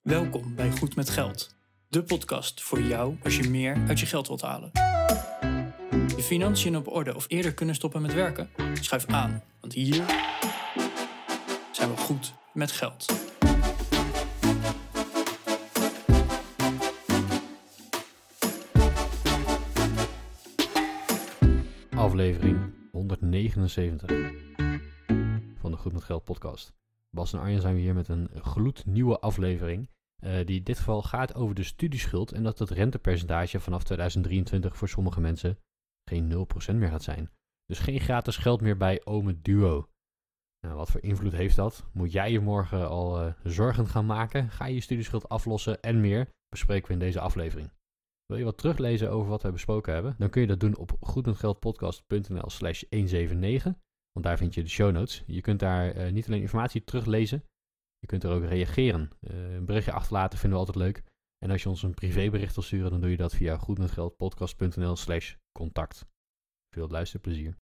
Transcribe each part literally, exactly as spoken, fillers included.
Welkom bij Goed met Geld, de podcast voor jou als je meer uit je geld wilt halen. Je financiën op orde of eerder kunnen stoppen met werken? Schuif aan, want hier zijn we goed met geld. Aflevering honderdnegenenzeventig van de Goed met Geld podcast. Bas en Arjen zijn we hier met een gloednieuwe aflevering. Uh, die in dit geval gaat over de studieschuld en dat het rentepercentage vanaf tweeduizend drieëntwintig voor sommige mensen geen nul procent meer gaat zijn. Dus geen gratis geld meer bij Ome Duo. Nou, wat voor invloed heeft dat? Moet jij je morgen al uh, zorgen gaan maken? Ga je je studieschuld aflossen en meer? Bespreken we in deze aflevering. Wil je wat teruglezen over wat wij besproken hebben? Dan kun je dat doen op goedmetgeldpodcast.nl slash honderdnegenenzeventig. Want daar vind je de show notes. Je kunt daar uh, niet alleen informatie teruglezen. Je kunt er ook reageren. Uh, een berichtje achterlaten vinden we altijd leuk. En als je ons een privébericht wil sturen, dan doe je dat via goedmetgeldpodcast.nl slash contact. Veel luisterplezier.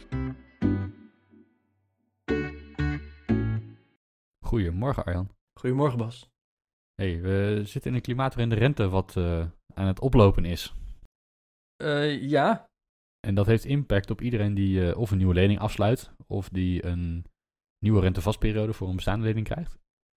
Goedemorgen Arjan. Goedemorgen Bas. Hey, we zitten in een klimaat waarin de rente wat uh, aan het oplopen is. Uh, ja. En dat heeft impact op iedereen die uh, of een nieuwe lening afsluit, of die een nieuwe rentevastperiode voor een bestaande lening krijgt.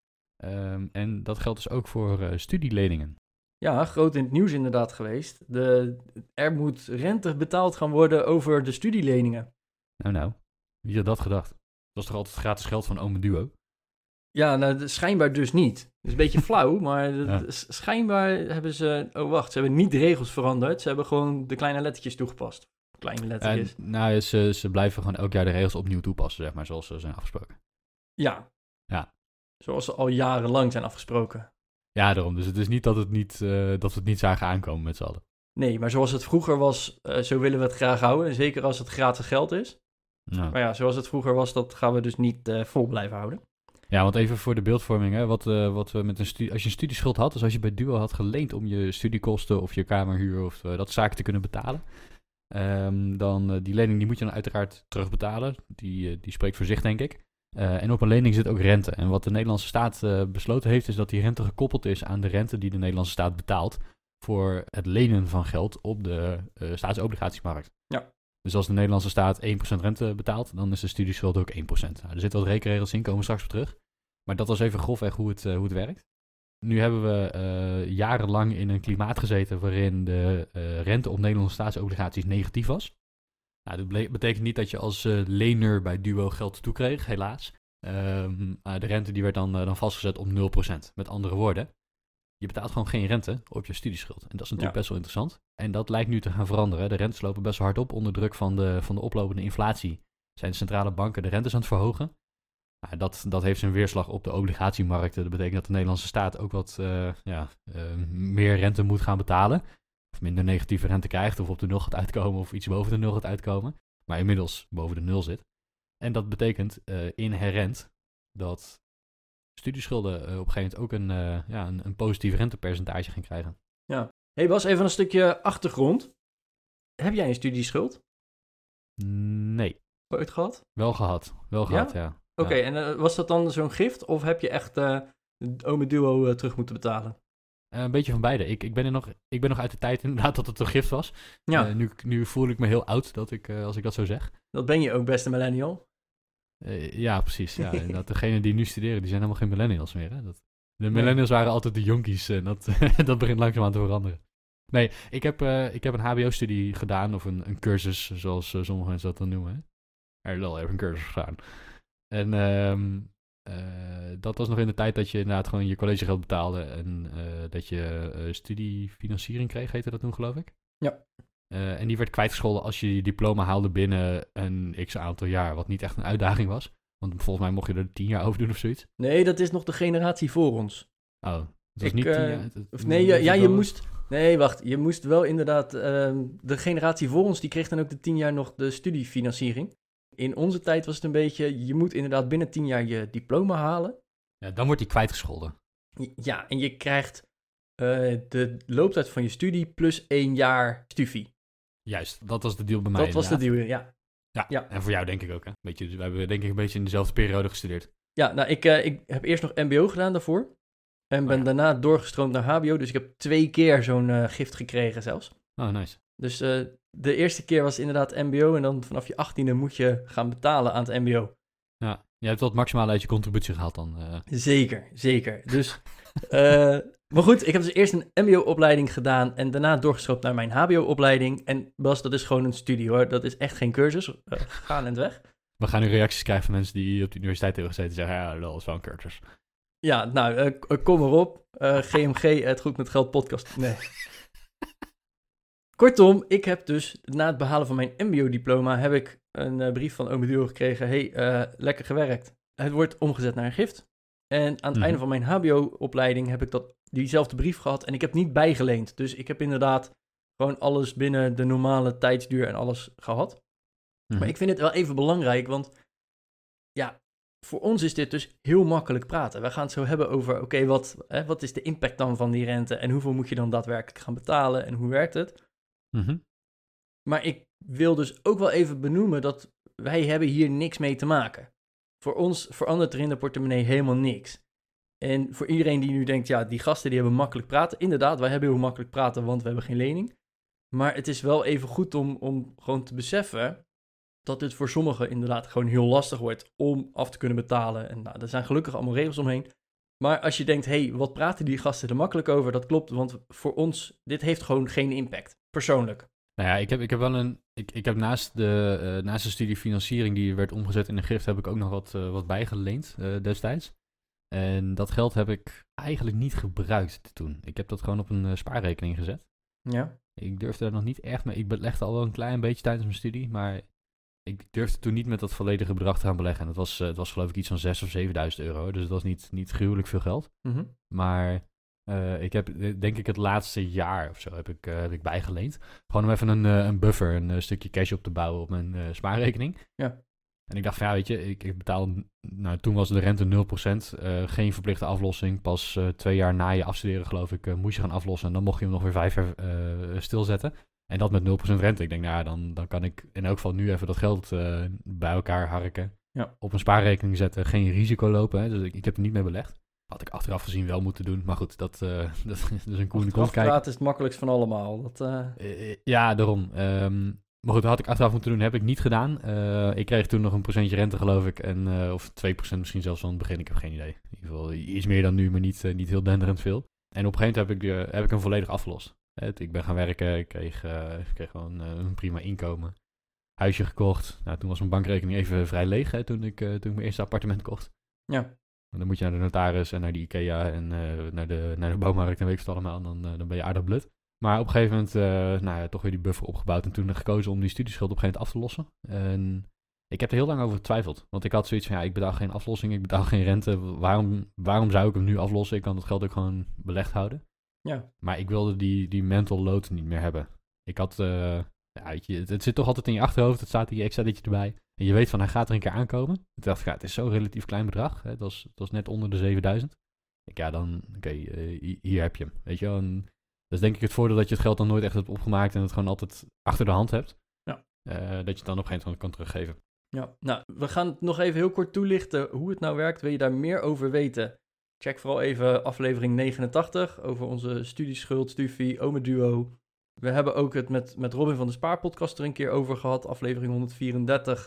Um, en dat geldt dus ook voor uh, studieleningen. Ja, groot in het nieuws inderdaad geweest. De, er moet rente betaald gaan worden over de studieleningen. Nou nou, wie had dat gedacht? Dat was toch altijd gratis geld van Ome Duo? Ja, nou, schijnbaar dus niet. Het is een beetje flauw, maar de, ja. schijnbaar hebben ze... Oh, wacht, ze hebben niet de regels veranderd. Ze hebben gewoon de kleine lettertjes toegepast. Kleine lettertjes. En, nou, ze, ze blijven gewoon elk jaar de regels opnieuw toepassen, zeg maar, zoals ze zijn afgesproken. Ja. Ja. Zoals ze al jarenlang zijn afgesproken. Ja, daarom. Dus het is niet dat, het niet, uh, dat we het niet zagen aankomen met z'n allen. Nee, maar zoals het vroeger was, uh, zo willen we het graag houden. Zeker als het gratis geld is. Nou. Maar ja, zoals het vroeger was, dat gaan we dus niet uh, vol blijven houden. Ja, want even voor de beeldvorming, hè, wat, uh, wat we met een studie, als je een studieschuld had, dus als je bij Duo had geleend om je studiekosten of je kamerhuur of uh, dat zaken te kunnen betalen, um, dan uh, die lening die moet je dan uiteraard terugbetalen. Die, uh, die spreekt voor zich, denk ik. Uh, en op een lening zit ook rente. En wat de Nederlandse staat uh, besloten heeft, is dat die rente gekoppeld is aan de rente die de Nederlandse staat betaalt voor het lenen van geld op de uh, staatsobligatiemarkt. Ja. Dus als de Nederlandse staat één procent rente betaalt, dan is de studieschuld ook één procent. Nou, er zitten wat rekenregels in, komen we straks op terug. Maar dat was even grofweg hoe het, uh, hoe het werkt. Nu hebben we uh, jarenlang in een klimaat gezeten waarin de uh, rente op Nederlandse staatsobligaties negatief was. Nou, dat ble- betekent niet dat je als uh, lener bij Duo geld toekreeg, helaas. Um, uh, de rente die werd dan, uh, dan vastgezet op nul procent. Met andere woorden, je betaalt gewoon geen rente op je studieschuld. En dat is natuurlijk ja. best wel interessant. En dat lijkt nu te gaan veranderen. De rentes lopen best wel hard op onder druk van de, van de oplopende inflatie. Zijn de centrale banken de rentes aan het verhogen? Nou, dat, dat heeft zijn weerslag op de obligatiemarkten. Dat betekent dat de Nederlandse staat ook wat uh, ja, uh, meer rente moet gaan betalen. Of minder negatieve rente krijgt, of op de nul gaat uitkomen, of iets boven de nul gaat uitkomen. Maar inmiddels boven de nul zit. En dat betekent uh, inherent dat studieschulden uh, op een gegeven moment ook een, uh, ja, een, een positief rentepercentage gaan krijgen. Ja. Hey Bas, even een stukje achtergrond. Heb jij een studieschuld? Nee. Ooit gehad? Wel gehad, wel gehad, ja. ja. Oké, okay, ja. en uh, was dat dan zo'n gift, of heb je echt uh, Ome Duo uh, terug moeten betalen? Uh, een beetje van beide. Ik, ik, ben er nog, ik ben nog uit de tijd inderdaad dat het een gift was. Ja. Uh, nu, nu voel ik me heel oud dat ik, uh, als ik dat zo zeg. Dat ben je ook, beste millennial. Uh, ja, precies. Ja. dat degenen die nu studeren, die zijn helemaal geen millennials meer. Hè? Dat, de millennials nee. waren altijd de jonkies en dat, dat begint langzaam aan te veranderen. Nee, ik heb, uh, ik heb een hbo-studie gedaan, of een, een cursus, zoals uh, sommige mensen dat dan noemen. Er lol, even een cursus gedaan. En um, uh, dat was nog in de tijd dat je inderdaad gewoon je collegegeld betaalde en uh, dat je uh, studiefinanciering kreeg, heette dat toen, geloof ik. Ja. Uh, en die werd kwijtgescholden als je je diploma haalde binnen een x aantal jaar, wat niet echt een uitdaging was. Want volgens mij mocht je er tien jaar over doen of zoiets. Nee, dat is nog de generatie voor ons. Oh, dat was ik, niet uh, tien jaar? Het, of nee, ja, ja je moest... Nee, wacht. Je moest wel inderdaad... Uh, de generatie voor ons, die kreeg dan ook de tien jaar nog de studiefinanciering. In onze tijd was het een beetje... Je moet inderdaad binnen tien jaar je diploma halen. Ja, dan wordt die kwijtgescholden. Ja, en je krijgt uh, de looptijd van je studie plus één jaar studie. Juist, dat was de deal bij mij. Dat was de deal, ja. ja. Ja, en voor jou denk ik ook, hè. Beetje, we hebben denk ik een beetje in dezelfde periode gestudeerd. Ja, nou, ik, uh, ik heb eerst nog M B O gedaan daarvoor. En ben ja. daarna doorgestroomd naar H B O. Dus ik heb twee keer zo'n uh, gift gekregen zelfs. Oh, nice. Dus uh, de eerste keer was inderdaad M B O. En dan vanaf je achttiende moet je gaan betalen aan het M B O. Ja, je hebt wel het maximale uit je contributie gehaald dan. Uh. Zeker, zeker. Dus, uh, maar goed, ik heb dus eerst een M B O-opleiding gedaan en daarna doorgestroomd naar mijn H B O-opleiding. En Bas, dat is gewoon een studie hoor, dat is echt geen cursus. Uh, gaan en weg. We gaan nu reacties krijgen van mensen die op de universiteit hebben gezeten en zeggen, ja, dat is wel een cursus. Ja, nou, uh, kom erop. Uh, G M G, het Goed Met Geld podcast. Nee. Kortom, ik heb dus na het behalen van mijn M B O-diploma heb ik een uh, brief van Ome Duo gekregen. Hey, uh, lekker gewerkt. Het wordt omgezet naar een gift. En aan het mm-hmm. einde van mijn H B O-opleiding heb ik dat, diezelfde brief gehad en ik heb niet bijgeleend. Dus ik heb inderdaad gewoon alles binnen de normale tijdsduur en alles gehad. Mm-hmm. Maar ik vind het wel even belangrijk, want ja, voor ons is dit dus heel makkelijk praten. We gaan het zo hebben over, oké, okay, wat, hè, wat is de impact dan van die rente en hoeveel moet je dan daadwerkelijk gaan betalen en hoe werkt het? Mm-hmm. Maar ik wil dus ook wel even benoemen dat wij hebben hier niks mee te maken. Voor ons verandert er in de portemonnee helemaal niks. En voor iedereen die nu denkt, ja, die gasten die hebben makkelijk praten. Inderdaad, wij hebben heel makkelijk praten, want we hebben geen lening. Maar het is wel even goed om, om gewoon te beseffen dat dit voor sommigen inderdaad gewoon heel lastig wordt om af te kunnen betalen. En nou, er zijn gelukkig allemaal regels omheen. Maar als je denkt, hé, hey, wat praten die gasten er makkelijk over? Dat klopt, want voor ons, dit heeft gewoon geen impact, persoonlijk. Nou ja, ik heb, ik heb wel een. Ik, ik heb naast de, uh, naast de studie financiering die werd omgezet in een gift, heb ik ook nog wat, uh, wat bijgeleend uh, destijds. En dat geld heb ik eigenlijk niet gebruikt toen. Ik heb dat gewoon op een uh, spaarrekening gezet. Ja. Ik durfde er nog niet echt mee. Ik belegde al wel een klein beetje tijdens mijn studie, maar ik durfde toen niet met dat volledige bedrag te gaan beleggen. En het was, uh, het was geloof ik iets van zes of zevenduizend euro. Dus het was niet, niet gruwelijk veel geld. Mm-hmm. Maar uh, ik heb denk ik het laatste jaar of zo heb ik, uh, heb ik bijgeleend. Gewoon om even een, uh, een buffer, een uh, stukje cash op te bouwen op mijn uh, spaarrekening. Ja. En ik dacht van ja, weet je, ik, ik betaal, nou toen was de rente nul procent, uh, geen verplichte aflossing. Pas uh, twee jaar na je afstuderen geloof ik, uh, moest je gaan aflossen en dan mocht je hem nog weer vijf jaar uh, stilzetten. En dat met nul procent rente. Ik denk, nou ja, dan, dan kan ik in elk geval nu even dat geld uh, bij elkaar harken. Ja. Op een spaarrekening zetten, geen risico lopen. Hè, dus ik, ik heb er niet mee belegd. Had ik achteraf gezien wel moeten doen. Maar goed, dat, uh, dat is een koe in de kont kijken. Praten is het makkelijkst van allemaal. Dat, uh... Uh, ja, daarom. Um, maar goed, dat had ik achteraf moeten doen. Heb ik niet gedaan. Uh, ik kreeg toen nog een procentje rente, geloof ik. En, uh, of twee procent misschien zelfs van het begin. Ik heb geen idee. In ieder geval iets meer dan nu, maar niet, uh, niet heel denderend veel. En op een gegeven moment heb ik, uh, heb ik hem volledig afgelost. Ik ben gaan werken, ik kreeg, uh, ik kreeg gewoon uh, een prima inkomen. Huisje gekocht. Nou, toen was mijn bankrekening even vrij leeg, hè, toen, ik, uh, toen ik mijn eerste appartement kocht. Ja. En dan moet je naar de notaris en naar de IKEA en uh, naar, de, naar de bouwmarkt en weet ik het allemaal. En dan, uh, dan ben je aardig blut. Maar op een gegeven moment, uh, nou ja, toch weer die buffer opgebouwd. En toen gekozen om die studieschuld op een gegeven moment af te lossen. En ik heb er heel lang over getwijfeld. Want ik had zoiets van, ja, ik betaal geen aflossing, ik betaal geen rente. Waarom, waarom zou ik hem nu aflossen? Ik kan het geld ook gewoon belegd houden. Ja. Maar ik wilde die, die mental load niet meer hebben. Ik had, uh, ja, weet je, het, het zit toch altijd in je achterhoofd. Het staat hier Exceletje erbij. En je weet van, hij gaat er een keer aankomen. Toen dacht ik, ja, het is zo'n relatief klein bedrag. Hè. Het, was, het was net onder de zevenduizend. Ik, ja, dan, oké, okay, uh, hier heb je hem. Weet je wel. En dat is denk ik het voordeel dat je het geld dan nooit echt hebt opgemaakt. En het gewoon altijd achter de hand hebt. Ja. Uh, dat je het dan op een gegeven moment kan teruggeven. Ja, nou, we gaan het nog even heel kort toelichten hoe het nou werkt. Wil je daar meer over weten? Check vooral even aflevering negenentachtig over onze studieschuld, Stufie, Ome Duo. We hebben ook het met, met Robin van de Spaarpodcast er een keer over gehad, aflevering honderdvierendertig.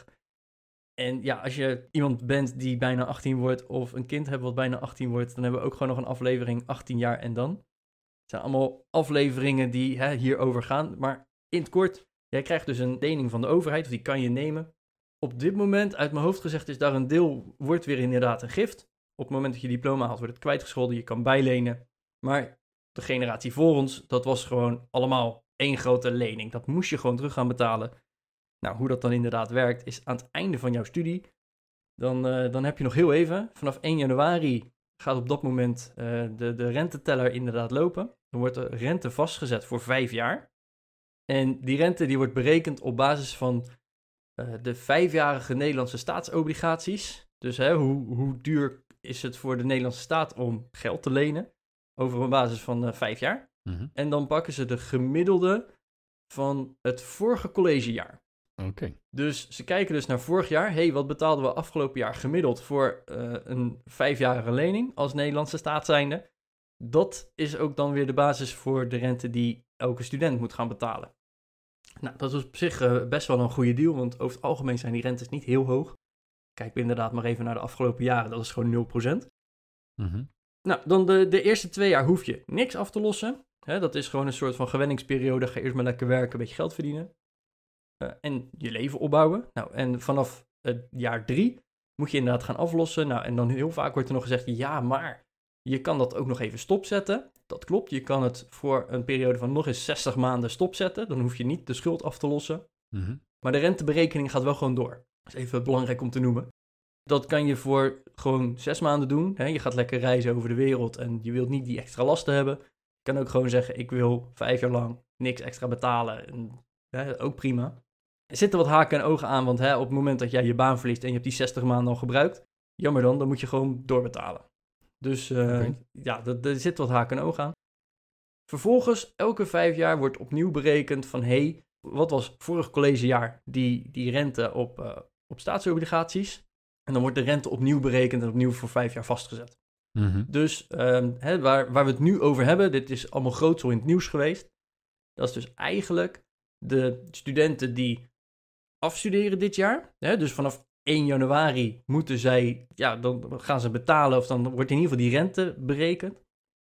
En ja, als je iemand bent die bijna achttien wordt of een kind hebt wat bijna achttien wordt, dan hebben we ook gewoon nog een aflevering achttien jaar en dan. Het zijn allemaal afleveringen die hè, hierover gaan. Maar in het kort, jij krijgt dus een lening van de overheid, of die kan je nemen. Op dit moment, uit mijn hoofd gezegd, is daar een deel, wordt weer inderdaad een gift. Op het moment dat je diploma haalt, wordt het kwijtgescholden. Je kan bijlenen. Maar de generatie voor ons, dat was gewoon allemaal één grote lening. Dat moest je gewoon terug gaan betalen. Nou, hoe dat dan inderdaad werkt, is aan het einde van jouw studie. Dan, uh, dan heb je nog heel even. Vanaf één januari gaat op dat moment uh, de, de renteteller inderdaad lopen. Dan wordt de rente vastgezet voor vijf jaar. En die rente die wordt berekend op basis van uh, de vijfjarige Nederlandse staatsobligaties. Dus hè, hoe, hoe duur is het voor de Nederlandse staat om geld te lenen over een basis van uh, vijf jaar. Mm-hmm. En dan pakken ze de gemiddelde van het vorige collegejaar. Oké. Okay. Dus ze kijken dus naar vorig jaar. Hé, hey, wat betaalden we afgelopen jaar gemiddeld voor uh, een vijfjarige lening als Nederlandse staat zijnde? Dat is ook dan weer de basis voor de rente die elke student moet gaan betalen. Nou, dat is op zich uh, best wel een goede deal, want over het algemeen zijn die rentes niet heel hoog. Kijk we inderdaad maar even naar de afgelopen jaren, dat is gewoon nul procent. Mm-hmm. Nou, dan de, de eerste twee jaar hoef je niks af te lossen. Hè, dat is gewoon een soort van gewenningsperiode. Ga eerst maar lekker werken, een beetje geld verdienen. Uh, en je leven opbouwen. Nou, en vanaf uh, jaar drie moet je inderdaad gaan aflossen. Nou, en dan heel vaak wordt er nog gezegd, ja, maar je kan dat ook nog even stopzetten. Dat klopt, je kan het voor een periode van nog eens zestig maanden stopzetten. Dan hoef je niet de schuld af te lossen. Mm-hmm. Maar de renteberekening gaat wel gewoon door. Dat is even belangrijk om te noemen. Dat kan je voor gewoon zes maanden doen. Hè? Je gaat lekker reizen over de wereld en je wilt niet die extra lasten hebben. Je kan ook gewoon zeggen, ik wil vijf jaar lang niks extra betalen. En, hè, ook prima. Er zitten wat haken en ogen aan, want hè, op het moment dat jij je baan verliest en je hebt die zestig maanden al gebruikt, jammer dan, dan moet je gewoon doorbetalen. Dus uh, okay. ja, er zit wat haken en ogen aan. Vervolgens, elke vijf jaar wordt opnieuw berekend van, hé, hey, wat was vorig collegejaar die, die rente op, uh, op staatsobligaties? En dan wordt de rente opnieuw berekend en opnieuw voor vijf jaar vastgezet. Mm-hmm. Dus uh, hè, waar, waar we het nu over hebben, dit is allemaal grootsel in het nieuws geweest. Dat is dus eigenlijk de studenten die afstuderen dit jaar. Hè, dus vanaf één januari moeten zij, ja, dan gaan ze betalen of dan wordt in ieder geval die rente berekend.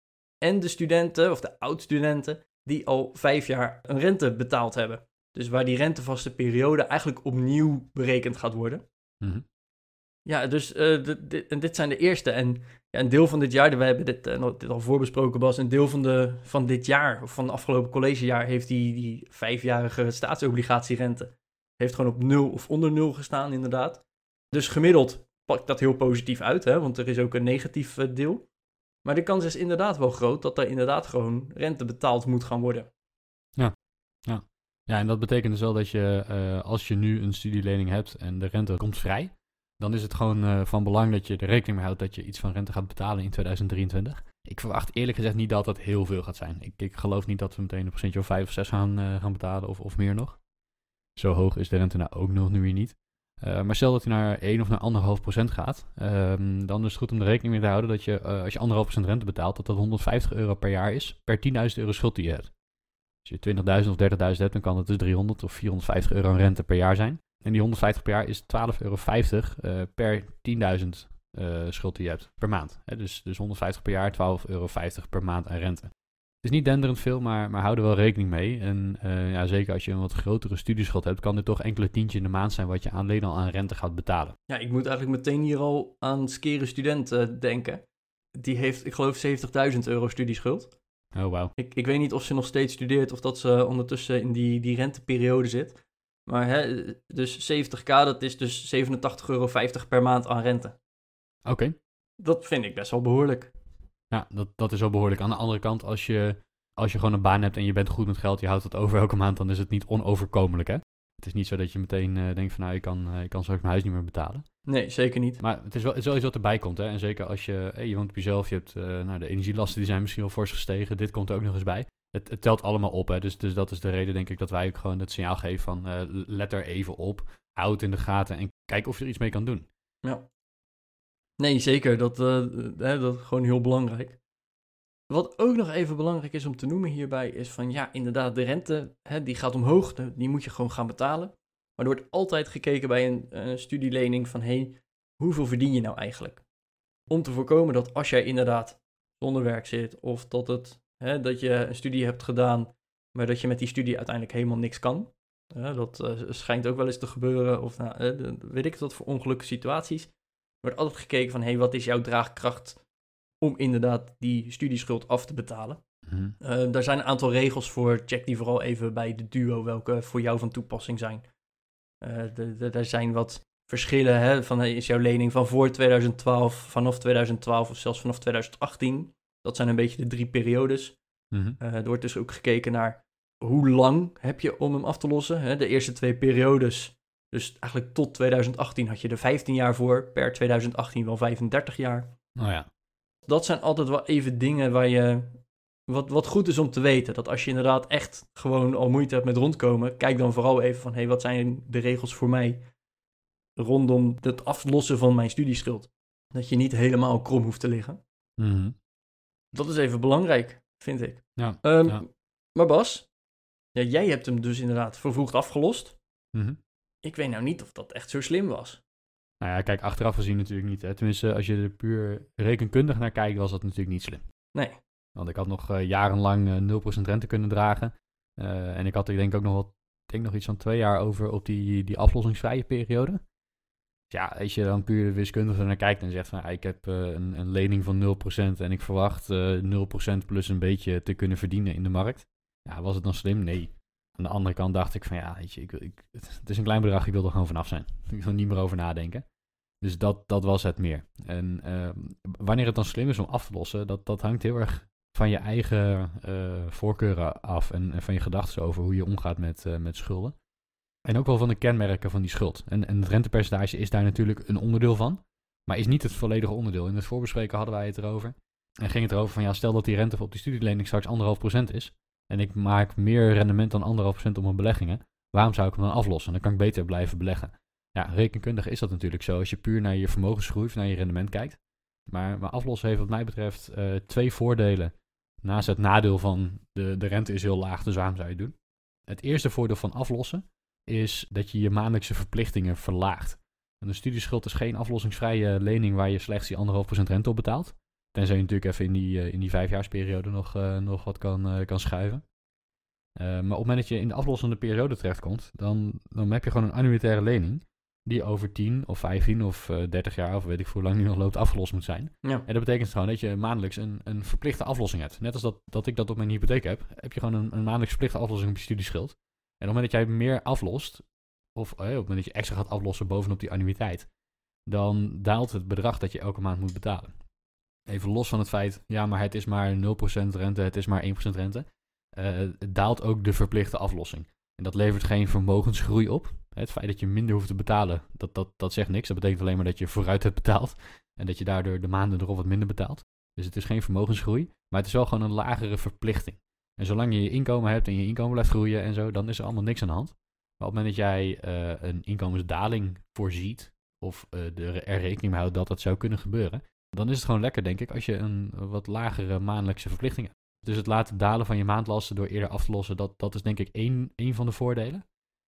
En de studenten, of de oud-studenten, die al vijf jaar een rente betaald hebben. Dus waar die rentevaste periode eigenlijk opnieuw berekend gaat worden. Mm-hmm. Ja, dus uh, dit, dit, en dit zijn de eerste. En ja, een deel van dit jaar, wij hebben dit, uh, dit al voorbesproken, Bas. Een deel van, de, van dit jaar, of van het afgelopen collegejaar, heeft die, die vijfjarige staatsobligatierente heeft gewoon op nul of onder nul gestaan, inderdaad. Dus gemiddeld pakt dat heel positief uit, hè, want er is ook een negatief uh, deel. Maar de kans is inderdaad wel groot dat er inderdaad gewoon rente betaald moet gaan worden. Ja, ja. Ja, en dat betekent dus wel dat je, uh, als je nu een studielening hebt en de rente komt vrij, dan is het gewoon uh, van belang dat je er rekening mee houdt dat je iets van rente gaat betalen in tweeduizend drieëntwintig. Ik verwacht eerlijk gezegd niet dat dat heel veel gaat zijn. Ik, ik geloof niet dat we meteen een procentje of vijf of zes gaan, uh, gaan betalen of, of meer nog. Zo hoog is de rente nou ook nog nu weer niet. Uh, maar stel dat hij naar één of naar anderhalf procent gaat, um, dan is het goed om er rekening mee te houden dat je, uh, als je anderhalf procent rente betaalt, dat dat honderdvijftig euro per jaar is, per tienduizend euro schuld die je hebt. Als je twintigduizend of dertigduizend hebt, dan kan het dus driehonderd of vierhonderdvijftig euro aan rente per jaar zijn. En die honderdvijftig per jaar is twaalf euro vijftig uh, per tienduizend uh, schuld die je hebt per maand. He, dus, dus honderdvijftig per jaar, twaalf euro vijftig per maand aan rente. Het is niet denderend veel, maar, maar hou er wel rekening mee. En uh, ja, zeker als je een wat grotere studieschuld hebt, kan dit toch enkele tientje in de maand zijn wat je alleen al aan rente gaat betalen. Ja, ik moet eigenlijk meteen hier al aan skere student uh, denken. Die heeft, ik geloof, zeventigduizend euro studieschuld. Oh, wauw. Ik, ik weet niet of ze nog steeds studeert of dat ze ondertussen in die, die renteperiode zit. Maar hè, dus zeventig k, dat is dus zevenentachtig euro vijftig per maand aan rente. Oké. Okay. Dat vind ik best wel behoorlijk. Ja, dat, dat is wel behoorlijk. Aan de andere kant, als je, als je gewoon een baan hebt en je bent goed met geld, je houdt het over elke maand, dan is het niet onoverkomelijk, hè? Het is niet zo dat je meteen uh, denkt van, nou, ik kan, uh, ik kan straks mijn huis niet meer betalen. Nee, zeker niet. Maar het is wel, het is wel iets wat erbij komt, hè? En zeker als je, hey, je woont op jezelf, je hebt, uh, nou, de energielasten die zijn misschien wel fors gestegen, dit komt er ook nog eens bij. Het, het telt allemaal op, hè? Dus, dus dat is de reden, denk ik, dat wij ook gewoon het signaal geven van, uh, let er even op, houd het in de gaten en kijk of je er iets mee kan doen. Ja. Nee, zeker. Dat, uh, hè, dat is gewoon heel belangrijk. Wat ook nog even belangrijk is om te noemen hierbij is van, ja, inderdaad, de rente, hè, die gaat omhoog, die moet je gewoon gaan betalen. Maar er wordt altijd gekeken bij een, een studielening van, hé, hey, hoeveel verdien je nou eigenlijk? Om te voorkomen dat als jij inderdaad zonder werk zit, of dat, het, hè, dat je een studie hebt gedaan, maar dat je met die studie uiteindelijk helemaal niks kan. Uh, dat uh, schijnt ook wel eens te gebeuren, of nou, uh, weet ik wat voor ongelukkige situaties. Er wordt altijd gekeken van, hé, hey, wat is jouw draagkracht om inderdaad die studieschuld af te betalen. Mm-hmm. Uh, daar zijn een aantal regels voor. Check die vooral even bij de duo, welke voor jou van toepassing zijn. Uh, er zijn wat verschillen, hè, van is jouw lening van voor tweeduizend twaalf, vanaf tweeduizend twaalf of zelfs vanaf tweeduizend achttien. Dat zijn een beetje de drie periodes. Mm-hmm. Uh, er wordt dus ook gekeken naar hoe lang heb je om hem af te lossen. Hè? De eerste twee periodes, dus eigenlijk tot tweeduizend achttien had je er vijftien jaar voor. Per tweeduizend achttien wel vijfendertig jaar. Oh ja. Dat zijn altijd wel even dingen waar je, wat, wat goed is om te weten. Dat als je inderdaad echt gewoon al moeite hebt met rondkomen, kijk dan vooral even van, hé, hey, wat zijn de regels voor mij rondom het aflossen van mijn studieschuld? Dat je niet helemaal krom hoeft te liggen. Mm-hmm. Dat is even belangrijk, vind ik. Ja, Um, ja. Maar Bas, ja, jij hebt hem dus inderdaad vervroegd afgelost. Mm-hmm. Ik weet nou niet of dat echt zo slim was. Nou ja, kijk, achteraf gezien natuurlijk niet. Hè. Tenminste, als je er puur rekenkundig naar kijkt, was dat natuurlijk niet slim. Nee. Want ik had nog uh, jarenlang uh, nul procent rente kunnen dragen. Uh, en ik had er denk ik ook nog wat, ik denk nog iets van twee jaar over op die, die aflossingsvrije periode. Dus ja, als je dan puur wiskundig er naar kijkt en zegt van, ja, ik heb uh, een, een lening van nul procent en ik verwacht uh, nul procent plus een beetje te kunnen verdienen in de markt. Ja, was het dan slim? Nee. Aan de andere kant dacht ik van, ja, weet je, ik, ik, het is een klein bedrag, ik wil er gewoon vanaf zijn. Ik wil er niet meer over nadenken. Dus dat, dat was het meer. En uh, wanneer het dan slim is om af te lossen, dat, dat hangt heel erg van je eigen uh, voorkeuren af en, en van je gedachten over hoe je omgaat met, uh, met schulden. En ook wel van de kenmerken van die schuld. En, en het rentepercentage is daar natuurlijk een onderdeel van, maar is niet het volledige onderdeel. In het voorbespreken hadden wij het erover. En ging het erover van, ja, stel dat die rente op die studielening straks anderhalf procent is en ik maak meer rendement dan anderhalf procent op mijn beleggingen, waarom zou ik hem dan aflossen? Dan kan ik beter blijven beleggen. Ja, rekenkundig is dat natuurlijk zo als je puur naar je vermogensgroei of naar je rendement kijkt. Maar, maar aflossen heeft wat mij betreft uh, twee voordelen. Naast het nadeel van de, de rente is heel laag, dus waarom zou je het doen? Het eerste voordeel van aflossen is dat je je maandelijkse verplichtingen verlaagt. En een studieschuld is geen aflossingsvrije lening waar je slechts die anderhalf procent rente op betaalt. Tenzij je natuurlijk even in die, uh, in die vijfjaarsperiode nog, uh, nog wat kan, uh, kan schuiven. Uh, maar op het moment dat je in de aflossende periode terechtkomt, dan, dan heb je gewoon een annuitaire lening die over tien of vijftien of uh, dertig jaar, of weet ik voor hoe lang die nog loopt, afgelost moet zijn. Ja. En dat betekent gewoon dat je maandelijks een, een verplichte aflossing hebt. Net als dat, dat ik dat op mijn hypotheek heb, heb je gewoon een, een maandelijks verplichte aflossing op je studieschuld. En op het moment dat jij meer aflost, of uh, op het moment dat je extra gaat aflossen bovenop die annuïteit, dan daalt het bedrag dat je elke maand moet betalen. Even los van het feit, ja, maar het is maar nul procent rente, het is maar één procent rente. Uh, het daalt ook de verplichte aflossing. En dat levert geen vermogensgroei op. Het feit dat je minder hoeft te betalen, dat, dat, dat zegt niks. Dat betekent alleen maar dat je vooruit hebt betaald. En dat je daardoor de maanden erop wat minder betaalt. Dus het is geen vermogensgroei, maar het is wel gewoon een lagere verplichting. En zolang je je inkomen hebt en je inkomen blijft groeien en zo, dan is er allemaal niks aan de hand. Maar op het moment dat jij uh, een inkomensdaling voorziet, of uh, de, er rekening mee houdt dat dat zou kunnen gebeuren, dan is het gewoon lekker, denk ik, als je een wat lagere maandelijkse verplichting hebt. Dus het laten dalen van je maandlasten door eerder af te lossen, dat, dat is denk ik één, één van de voordelen.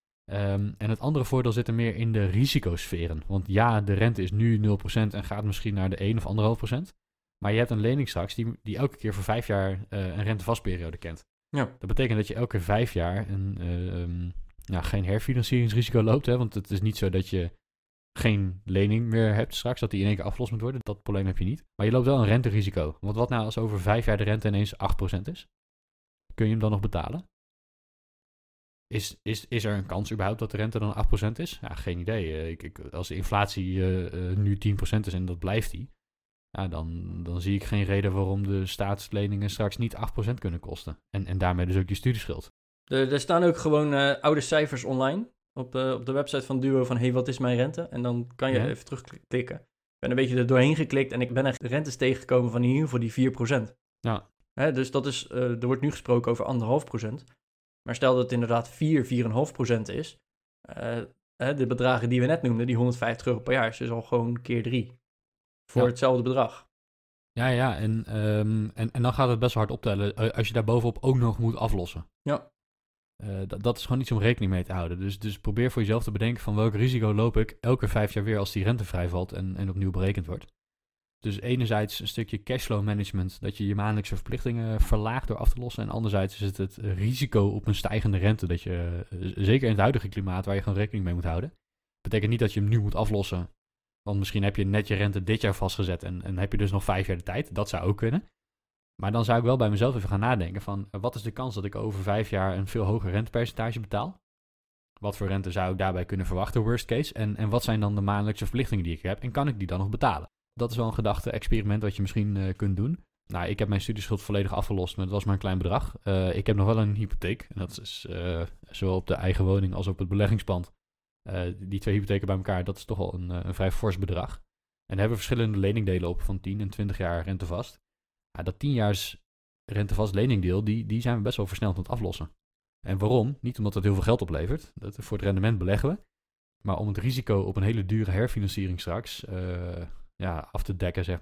Um, en het andere voordeel zit er meer in de risicosferen. Want ja, de rente is nu nul procent en gaat misschien naar de één of anderhalf procent. Maar je hebt een lening straks die, die elke keer voor vijf jaar uh, een rentevastperiode kent. Ja. Dat betekent dat je elke vijf jaar een, uh, um, ja, geen herfinancieringsrisico loopt. Hè? Want het is niet zo dat je geen lening meer hebt straks, dat die in één keer afgelost moet worden. Dat probleem heb je niet. Maar je loopt wel een renterisico. Want wat nou als over vijf jaar de rente ineens acht procent is? Kun je hem dan nog betalen? Is, is, is er een kans überhaupt dat de rente dan acht procent is? Ja, geen idee. Ik, ik, als de inflatie uh, uh, nu tien procent is en dat blijft die, ja, dan, dan zie ik geen reden waarom de staatsleningen straks niet acht procent kunnen kosten. En, en daarmee dus ook je studieschuld. Er, er staan ook gewoon uh, oude cijfers online op, uh, op de website van Duo van hey, wat is mijn rente? En dan kan je ja. even terugklikken. Ik ben een beetje er doorheen geklikt en ik ben echt de rentes tegengekomen van in ieder geval die vier procent. Ja. Hè, dus dat is, uh, er wordt nu gesproken over anderhalf procent. Maar stel dat het inderdaad vier, vier komma vijf procent is. Uh, de bedragen die we net noemden, die honderdvijftig euro per jaar, is dus al gewoon keer drie. Voor ja. hetzelfde bedrag. Ja, ja, en, um, en, en dan gaat het best wel hard optellen als je daar bovenop ook nog moet aflossen. Ja. Uh, dat, dat is gewoon iets om rekening mee te houden. Dus, dus probeer voor jezelf te bedenken van welk risico loop ik elke vijf jaar weer als die rente vrijvalt en, en opnieuw berekend wordt. Dus enerzijds een stukje cashflow management, dat je je maandelijkse verplichtingen verlaagt door af te lossen. En anderzijds is het het risico op een stijgende rente, dat je, zeker in het huidige klimaat, waar je gewoon rekening mee moet houden. Dat betekent niet dat je hem nu moet aflossen, want misschien heb je net je rente dit jaar vastgezet en, en heb je dus nog vijf jaar de tijd. Dat zou ook kunnen. Maar dan zou ik wel bij mezelf even gaan nadenken van, wat is de kans dat ik over vijf jaar een veel hoger rentepercentage betaal? Wat voor rente zou ik daarbij kunnen verwachten, worst case? En, en wat zijn dan de maandelijkse verplichtingen die ik heb en kan ik die dan nog betalen? Dat is wel een gedachte-experiment wat je misschien uh, kunt doen. Nou, ik heb mijn studieschuld volledig afgelost, maar het was maar een klein bedrag. Uh, ik heb nog wel een hypotheek. En dat is uh, zowel op de eigen woning als op het beleggingspand. Uh, die twee hypotheken bij elkaar, dat is toch wel een, uh, een vrij fors bedrag. En daar hebben we verschillende leningdelen op van tien en twintig jaar rentevast. Ja, dat tien jaars rentevast leningdeel, die, die zijn we best wel versneld aan het aflossen. En waarom? Niet omdat het heel veel geld oplevert. Dat, voor het rendement beleggen we. Maar om het risico op een hele dure herfinanciering straks... Uh, ja, af te dekken, zeg maar.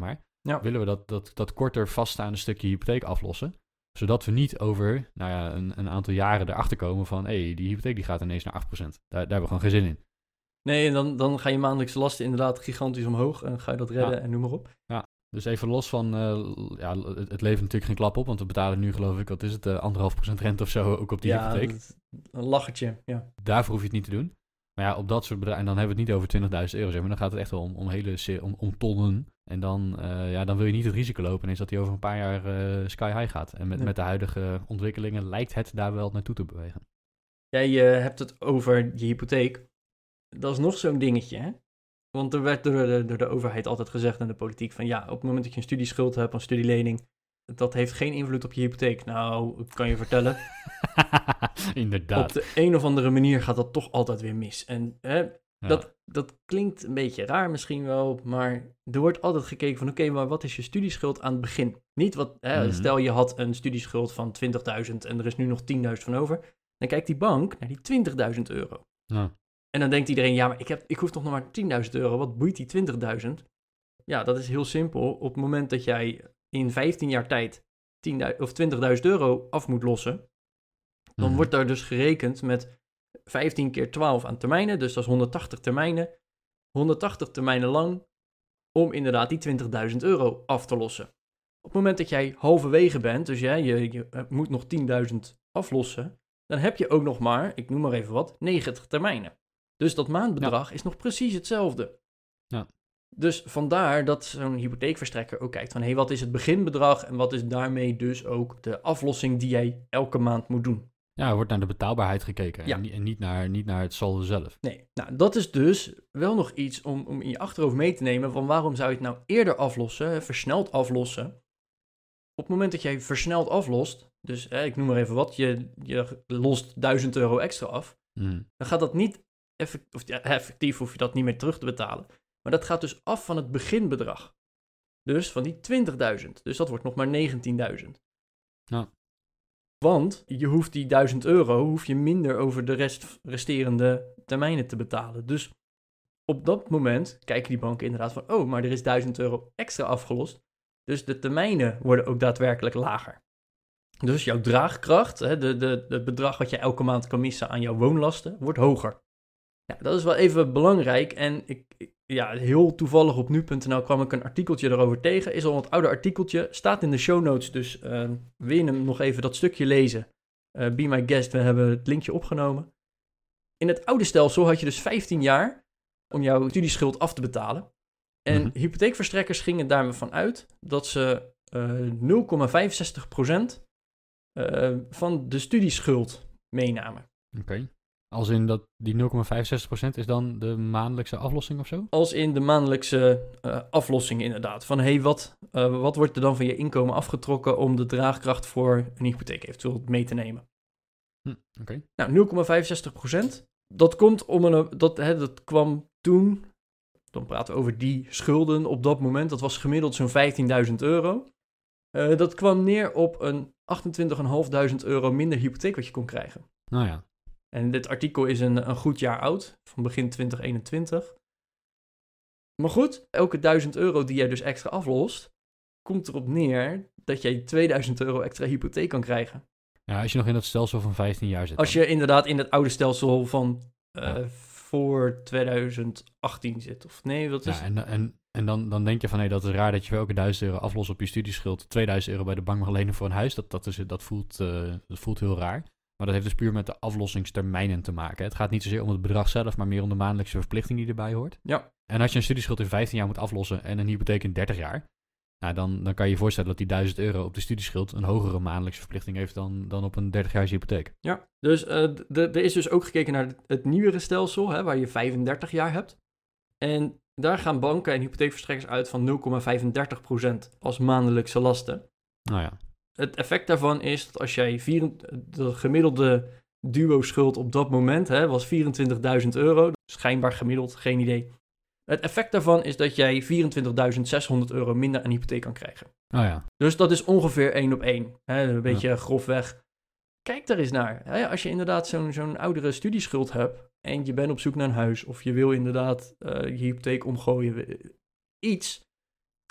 Ja. willen we dat, dat, dat korter vaststaande stukje hypotheek aflossen. Zodat we niet over nou ja, een, een aantal jaren erachter komen van... hé, hey, die hypotheek die gaat ineens naar acht procent. Daar, daar hebben we gewoon geen zin in. Nee, en dan, dan gaan je maandelijkse lasten inderdaad gigantisch omhoog. En ga je dat redden Ja. en noem maar op. Ja, dus even los van... Uh, ja, het, het levert natuurlijk geen klap op. Want we betalen nu geloof ik, wat is het, uh, anderhalf procent rente of zo ook op die Ja, hypotheek. dat- een lachertje, ja. Daarvoor hoef je het niet te doen. Maar ja, op dat soort bedrijven... En dan hebben we het niet over twintigduizend euro, zeg maar. Dan gaat het echt wel om, om hele se- om, om tonnen. En dan, uh, ja, dan wil je niet het risico lopen ineens dat die over een paar jaar uh, sky high gaat. En met, Nee. met de huidige ontwikkelingen lijkt het daar wel naartoe te bewegen. Jij uh, hebt het over je hypotheek. Dat is nog zo'n dingetje, hè? Want er werd door de, door de overheid altijd gezegd in de politiek van... ja, op het moment dat je een studieschuld hebt, een studielening... dat heeft geen invloed op je hypotheek. Nou, ik kan je vertellen... Inderdaad. op de een of andere manier gaat dat toch altijd weer mis. En hè, Ja. dat, dat klinkt een beetje raar misschien wel... maar er wordt altijd gekeken van... oké, okay, maar wat is je studieschuld aan het begin? Niet wat... Hè, Mm-hmm. Stel je had een studieschuld van twintigduizend... en er is nu nog tienduizend van over... dan kijkt die bank naar die twintigduizend euro... Ja. En dan denkt iedereen, ja, maar ik, heb, ik hoef toch nog maar tienduizend euro. Wat boeit die twintigduizend? Ja, dat is heel simpel. Op het moment dat jij in vijftien jaar tijd tienduizend of twintigduizend euro af moet lossen... dan Mm-hmm. wordt daar dus gerekend met vijftien keer twaalf aan termijnen. Dus dat is honderdtachtig termijnen. honderdtachtig termijnen lang om inderdaad die twintigduizend euro af te lossen. Op het moment dat jij halverwege bent, dus ja, je, je moet nog tienduizend aflossen... dan heb je ook nog maar, ik noem maar even wat, negentig termijnen. Dus dat maandbedrag is nog precies hetzelfde. Ja. Dus vandaar dat zo'n hypotheekverstrekker ook kijkt van... hé, hey, wat is het beginbedrag en wat is daarmee dus ook de aflossing die jij elke maand moet doen? Ja, er wordt naar de betaalbaarheid gekeken Ja. en, niet, en niet, naar, niet naar het saldo zelf. Nee, nou dat is dus wel nog iets om, om in je achterhoofd mee te nemen... van waarom zou je het nou eerder aflossen, versneld aflossen... Op het moment dat jij versneld aflost, dus hè, ik noem maar even wat, je, je lost duizend euro extra af... Mm. dan gaat dat niet effectief, of ja, effectief hoef je dat niet meer terug te betalen. Maar dat gaat dus af van het beginbedrag. Dus van die twintigduizend. Dus dat wordt nog maar negentienduizend. Ja. Want je hoeft die duizend euro, hoef je minder over de rest, resterende termijnen te betalen. Dus op dat moment kijken die banken inderdaad van, oh, maar er is duizend euro extra afgelost. Dus de termijnen worden ook daadwerkelijk lager. Dus jouw draagkracht, hè, de, de, het bedrag wat je elke maand kan missen aan jouw woonlasten, wordt hoger. Ja, dat is wel even belangrijk. En ik, ik- ja, heel toevallig op nu punt n l kwam ik een artikeltje erover tegen. Is al een oude artikeltje, staat in de show notes. Dus uh, wil je hem nog even dat stukje lezen? Uh, be my guest, we hebben het linkje opgenomen. In het oude stelsel had je dus vijftien jaar om jouw studieschuld af te betalen. En Mhm. hypotheekverstrekkers gingen daarvan uit dat ze uh, nul komma vijfenzestig procent uh, van de studieschuld meenamen. Oké. Als in dat die nul komma vijfenzestig procent is dan de maandelijkse aflossing of zo? Als in de maandelijkse uh, aflossing inderdaad. Van hey, wat, uh, wat wordt er dan van je inkomen afgetrokken om de draagkracht voor een hypotheek eventueel mee te nemen? Hm, Oké. Nou, nul komma vijfenzestig procent. Dat komt om een, dat, hè, dat kwam toen, dan praten we over die schulden op dat moment, dat was gemiddeld zo'n vijftienduizend euro. Uh, dat kwam neer op een achtentwintigduizend vijfhonderd euro minder hypotheek wat je kon krijgen. Nou ja. En dit artikel is een, een goed jaar oud, van begin twintig eenentwintig. Maar goed, elke duizend euro die jij dus extra aflost, komt erop neer dat jij tweeduizend euro extra hypotheek kan krijgen. Ja, als je nog in dat stelsel van vijftien jaar zit. Als dan. je inderdaad in het oude stelsel van uh, Ja. voor twintig achttien zit. Of nee, wat is Ja, en en, en dan, dan denk je van, hé, dat is raar dat je voor elke duizend euro aflost op je studieschuld tweeduizend euro bij de bank mag lenen voor een huis. Dat, dat, is, dat, voelt, uh, dat voelt heel raar. Maar dat heeft dus puur met de aflossingstermijnen te maken. Het gaat niet zozeer om het bedrag zelf, maar meer om de maandelijkse verplichting die erbij hoort. Ja. En als je een studieschuld in vijftien jaar moet aflossen en een hypotheek in dertig jaar, nou, dan, dan kan je je voorstellen dat die duizend euro op de studieschuld een hogere maandelijkse verplichting heeft dan, dan op een dertigjaars hypotheek. Ja, dus uh, er is dus ook gekeken naar het nieuwere stelsel, hè, waar je vijfendertig jaar hebt. En daar gaan banken en hypotheekverstrekkers uit van nul komma vijfendertig procent als maandelijkse lasten. Nou ja. Het effect daarvan is dat als jij vier, de gemiddelde duo-schuld op dat moment hè, was vierentwintigduizend euro, schijnbaar gemiddeld, geen idee. Het effect daarvan is dat jij vierentwintigduizend zeshonderd euro minder aan hypotheek kan krijgen. Nou ja. Dus dat is ongeveer één op één. Hè, een beetje ja. grofweg. Kijk daar eens naar. Hè, als je inderdaad zo'n, zo'n oudere studieschuld hebt en je bent op zoek naar een huis of je wil inderdaad uh, je hypotheek omgooien, iets.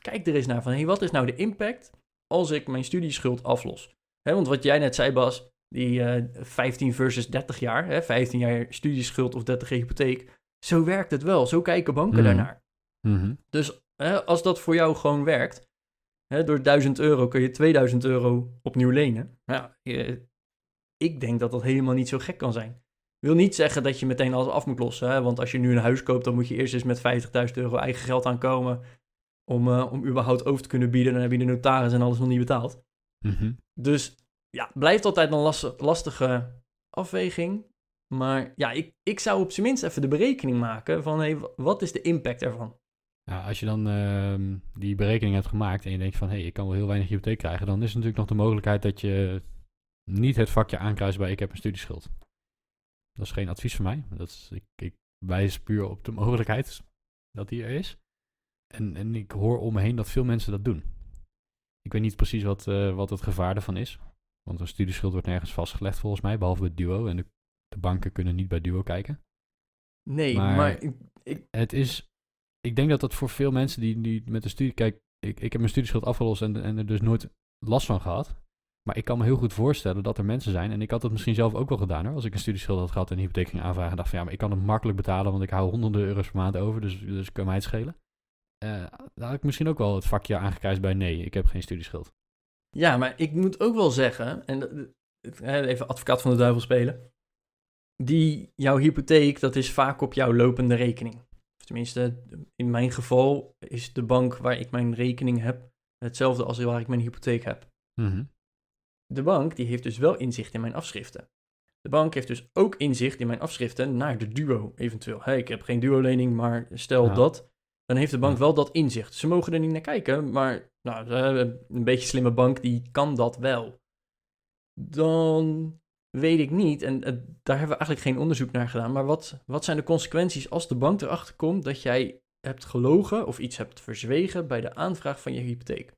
kijk er eens naar van, hé, hey, wat is nou de impact als ik mijn studieschuld aflos? Hè, want wat jij net zei, Bas, die uh, vijftien versus dertig jaar, hè, vijftien jaar studieschuld of dertig jaar hypotheek, zo werkt het wel. Zo kijken banken Mm. daarnaar. Mm-hmm. Dus hè, als dat voor jou gewoon werkt, hè, door duizend euro kun je tweeduizend euro opnieuw lenen. Ja, je, ik denk dat dat helemaal niet zo gek kan zijn. Wil niet zeggen dat je meteen alles af moet lossen. Hè? Want als je nu een huis koopt, dan moet je eerst eens met vijftigduizend euro eigen geld aankomen om, uh, om überhaupt over te kunnen bieden. Dan heb je de notaris en alles nog niet betaald. Mm-hmm. Dus ja, blijft altijd een last, lastige afweging. Maar ja, ik, ik zou op zijn minst even de berekening maken van, hey, wat is de impact ervan? Ja, als je dan uh, die berekening hebt gemaakt en je denkt van, hé, hey, ik kan wel heel weinig hypotheek krijgen, dan is er natuurlijk nog de mogelijkheid dat je niet het vakje aankruist bij ik heb een studieschuld. Dat is geen advies van mij. Dat is, ik, ik wijs puur op de mogelijkheid dat die er is. En, en ik hoor om me heen dat veel mensen dat doen. Ik weet niet precies wat, uh, wat het gevaar ervan is. Want een studieschuld wordt nergens vastgelegd volgens mij, behalve bij Duo. En de, de banken kunnen niet bij Duo kijken. Nee, maar, maar ik, ik... het is... Ik denk dat dat voor veel mensen die, die met de studie... Kijk, ik, ik heb mijn studieschuld afgelost en, en er dus nooit last van gehad. Maar ik kan me heel goed voorstellen dat er mensen zijn, en ik had het misschien zelf ook wel gedaan hoor, als ik een studieschuld had gehad en een hypotheek ging aanvragen, en dacht van ja, maar ik kan het makkelijk betalen, want ik hou honderden euro's per maand over, dus, dus kan mij het schelen. Uh, daar had ik misschien ook wel het vakje aangekruist bij nee, ik heb geen studieschuld. Ja, maar ik moet ook wel zeggen, en even advocaat van de duivel spelen, die, jouw hypotheek, dat is vaak op jouw lopende rekening. Of tenminste, in mijn geval is de bank waar ik mijn rekening heb hetzelfde als waar ik mijn hypotheek heb. Mm-hmm. De bank die heeft dus wel inzicht in mijn afschriften. De bank heeft dus ook inzicht in mijn afschriften naar de Duo eventueel. Hey, ik heb geen Duo-lening, maar stel ja. dat, dan heeft de bank ja. wel dat inzicht. Ze mogen er niet naar kijken, maar nou, een beetje slimme bank die kan dat wel. Dan weet ik niet, en uh, daar hebben we eigenlijk geen onderzoek naar gedaan, maar wat, wat zijn de consequenties als de bank erachter komt dat jij hebt gelogen of iets hebt verzwegen bij de aanvraag van je hypotheek?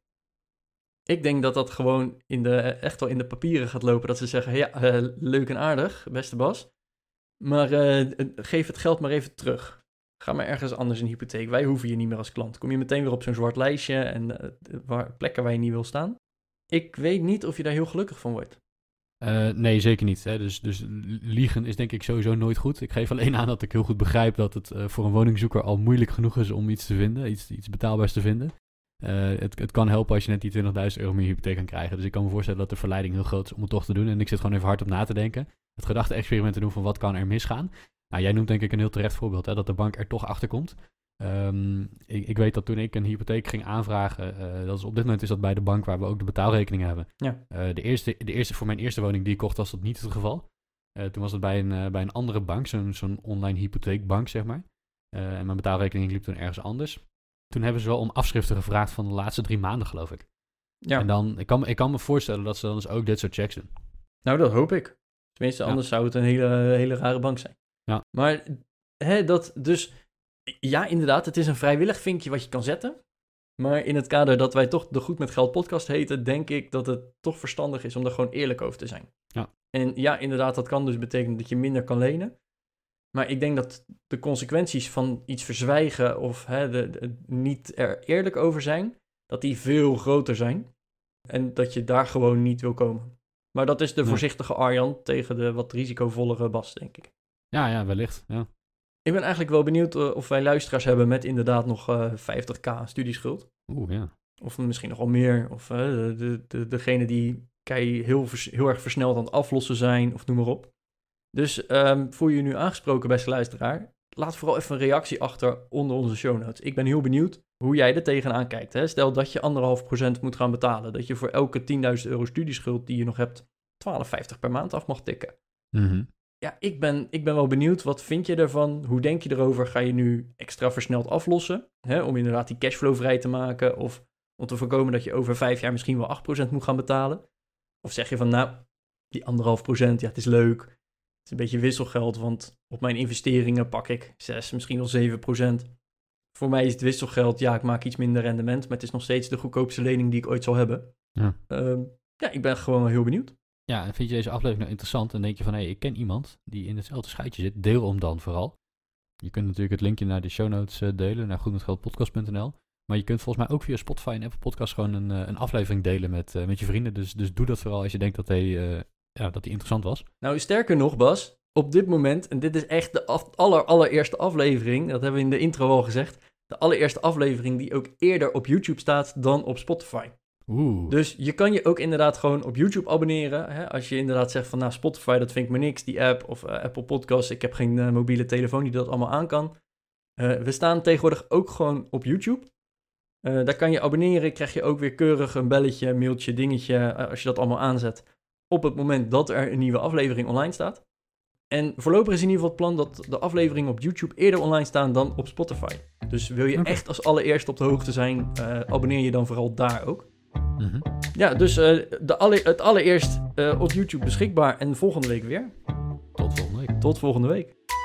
Ik denk dat dat gewoon in de, echt wel in de papieren gaat lopen. Dat ze zeggen, ja, uh, leuk en aardig, beste Bas. Maar uh, geef het geld maar even terug. Ga maar ergens anders een hypotheek. Wij hoeven je niet meer als klant. Kom je meteen weer op zo'n zwart lijstje en uh, waar, plekken waar je niet wil staan. Ik weet niet of je daar heel gelukkig van wordt. Uh, nee, zeker niet. Hè. Dus, dus liegen is denk ik sowieso nooit goed. Ik geef alleen aan dat ik heel goed begrijp dat het uh, voor een woningzoeker al moeilijk genoeg is om iets te vinden. Iets, iets betaalbaars te vinden. Uh, het, het kan helpen als je net die twintigduizend euro meer hypotheek kan krijgen. Dus ik kan me voorstellen dat de verleiding heel groot is om het toch te doen. En ik zit gewoon even hard op na te denken. Het gedachte-experiment te doen van wat kan er misgaan. Nou, jij noemt denk ik een heel terecht voorbeeld, hè, dat de bank er toch achter komt. Um, ik, ik weet dat toen ik een hypotheek ging aanvragen, uh, dat is op dit moment is dat bij de bank waar we ook de betaalrekeningen hebben. Ja. Uh, de, eerste, de eerste, voor mijn eerste woning die ik kocht was dat niet het geval. Uh, toen was het bij een, uh, bij een andere bank, zo'n, zo'n online hypotheekbank zeg maar. Uh, en mijn betaalrekening liep toen ergens anders. Toen hebben ze wel om afschriften gevraagd van de laatste drie maanden, geloof ik. Ja. En dan, ik kan, ik kan me voorstellen dat ze dan dus ook dit soort checks doen. Nou, dat hoop ik. Tenminste, ja. Anders zou het een hele, hele rare bank zijn. Ja. Maar, hè, dat dus... Ja, inderdaad, het is een vrijwillig vinkje wat je kan zetten. Maar in het kader dat wij toch de Goed met Geld podcast heten, denk ik dat het toch verstandig is om er gewoon eerlijk over te zijn. Ja. En ja, inderdaad, dat kan dus betekenen dat je minder kan lenen. Maar ik denk dat de consequenties van iets verzwijgen of hè, de, de, niet er eerlijk over zijn, dat die veel groter zijn. En dat je daar gewoon niet wil komen. Maar dat is de voorzichtige Arjan tegen de wat risicovollere Bas, denk ik. Ja, ja, wellicht. Ja. Ik ben eigenlijk wel benieuwd uh, of wij luisteraars hebben met inderdaad nog uh, vijftig k studieschuld. Oeh, ja. Of misschien nog wel meer. Of uh, de, de, de, degene die kei heel, vers, heel erg versneld aan het aflossen zijn, of noem maar op. Dus um, voel je je nu aangesproken, beste luisteraar? Laat vooral even een reactie achter onder onze show notes. Ik ben heel benieuwd hoe jij er tegenaan kijkt. Hè? Stel dat je anderhalf procent moet gaan betalen. Dat je voor elke tienduizend euro studieschuld die je nog hebt, twaalf vijftig per maand af mag tikken. Mm-hmm. Ja, ik ben, ik ben wel benieuwd. Wat vind je ervan? Hoe denk je erover? Ga je nu extra versneld aflossen? Hè? Om inderdaad die cashflow vrij te maken? Of om te voorkomen dat je over vijf jaar misschien wel acht procent moet gaan betalen? Of zeg je van, nou, die anderhalf procent, ja, het is leuk. Het is een beetje wisselgeld, want op mijn investeringen pak ik zes, misschien wel zeven procent. Voor mij is het wisselgeld, ja, ik maak iets minder rendement, maar het is nog steeds de goedkoopste lening die ik ooit zal hebben. Ja, um, ja ik ben gewoon wel heel benieuwd. Ja, en vind je deze aflevering nou interessant en denk je van, hé, hey, ik ken iemand die in hetzelfde schuitje zit, deel hem dan vooral. Je kunt natuurlijk het linkje naar de show notes uh, delen, naar goed met geld podcast punt n l. Maar je kunt volgens mij ook via Spotify en Apple Podcasts gewoon een, uh, een aflevering delen met, uh, met je vrienden. Dus, dus doe dat vooral als je denkt dat hij uh, ja, dat die interessant was. Nou, sterker nog, Bas, op dit moment, en dit is echt de af, aller, allereerste aflevering, dat hebben we in de intro al gezegd, de allereerste aflevering die ook eerder op YouTube staat dan op Spotify. Oeh. Dus je kan je ook inderdaad gewoon op YouTube abonneren. Hè? Als je inderdaad zegt van, nou, Spotify, dat vind ik me niks, die app, of uh, Apple Podcasts, ik heb geen uh, mobiele telefoon die dat allemaal aan kan. Uh, we staan tegenwoordig ook gewoon op YouTube. Uh, daar kan je abonneren, krijg je ook weer keurig een belletje, mailtje, dingetje, uh, als je dat allemaal aanzet, op het moment dat er een nieuwe aflevering online staat. En voorlopig is in ieder geval het plan dat de afleveringen op YouTube eerder online staan dan op Spotify. Dus wil je okay. echt als allereerste op de hoogte zijn, uh, abonneer je dan vooral daar ook. Mm-hmm. Ja, dus uh, de alle, het allereerst uh, op YouTube beschikbaar en volgende week weer. Tot volgende week. Tot volgende week.